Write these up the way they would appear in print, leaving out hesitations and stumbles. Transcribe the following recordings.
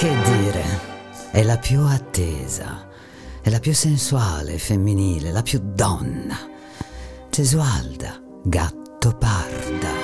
Che dire, è la più attesa, è la più sensuale, femminile, la più donna. Gesualda Gattoparda.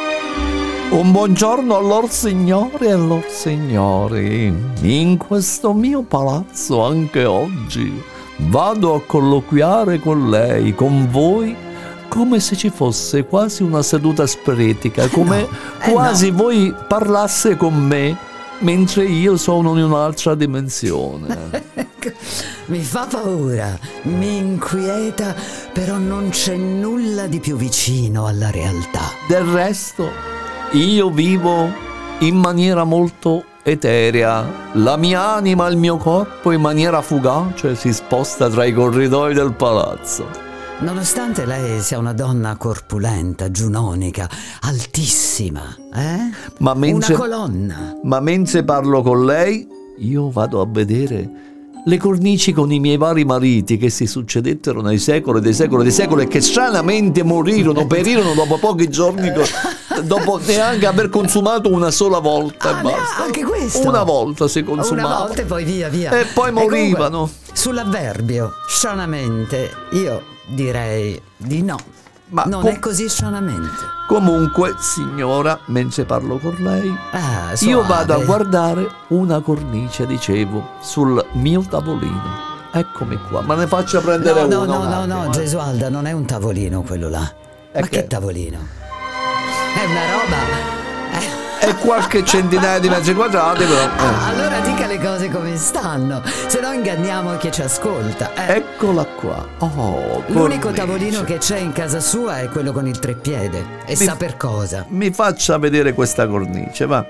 Un buongiorno a lor signori e lor signori. In questo mio palazzo anche oggi vado a colloquiare con lei, con voi, come se ci fosse quasi una seduta spiritica, come quasi voi parlasse con me, mentre io sono in un'altra dimensione. Mi fa paura, mi inquieta, però non c'è nulla di più vicino alla realtà. Del resto, io vivo in maniera molto eterea. La mia anima e il mio corpo in maniera fugace si sposta tra i corridoi del palazzo. Nonostante lei sia una donna corpulenta, giunonica, altissima, Ma mentre, una colonna. ma mentre parlo con lei, io vado a vedere le cornici con i miei vari mariti che si succedettero nei secoli dei secoli dei secoli e che stranamente perirono dopo pochi giorni, dopo neanche aver consumato una sola volta e basta. Anche questo? Una volta si consumava. Una volta e poi via. E poi morivano. Comunque, sull'avverbio, stranamente, io direi di no. Ma non è così stranamente. Comunque, signora, mentre parlo con lei, Suave. io vado a guardare una cornice, dicevo, sul mio tavolino. Eccomi qua, ma ne faccia prendere uno. No, Gesualda, non è un tavolino quello là. Ma che tavolino? È una roba. È qualche centinaia di metri quadrati, però. Allora dica le cose come stanno, se no inganniamo chi ci ascolta. Eccola qua. L'unico cornice. tavolino che c'è in casa sua è quello con il treppiede. E sa per cosa? Mi faccia vedere questa cornice, va.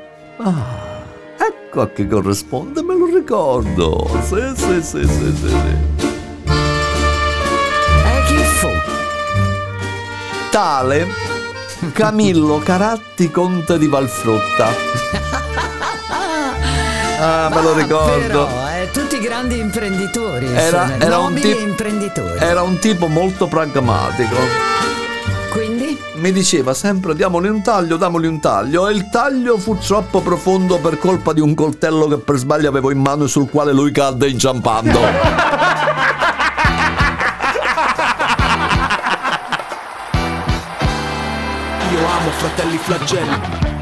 Ecco a che corrisponde, me lo ricordo. Sì. Chi fu? Tale Camillo Caratti, conte di Valfrutta. Me lo ricordo. Però, tutti grandi imprenditori. Era imprenditori. Era un tipo molto pragmatico. Quindi? Mi diceva sempre damogli un taglio, e il taglio fu troppo profondo per colpa di un coltello che per sbaglio avevo in mano e sul quale lui cadde inciampando. Io amo Fratelli Flagelli.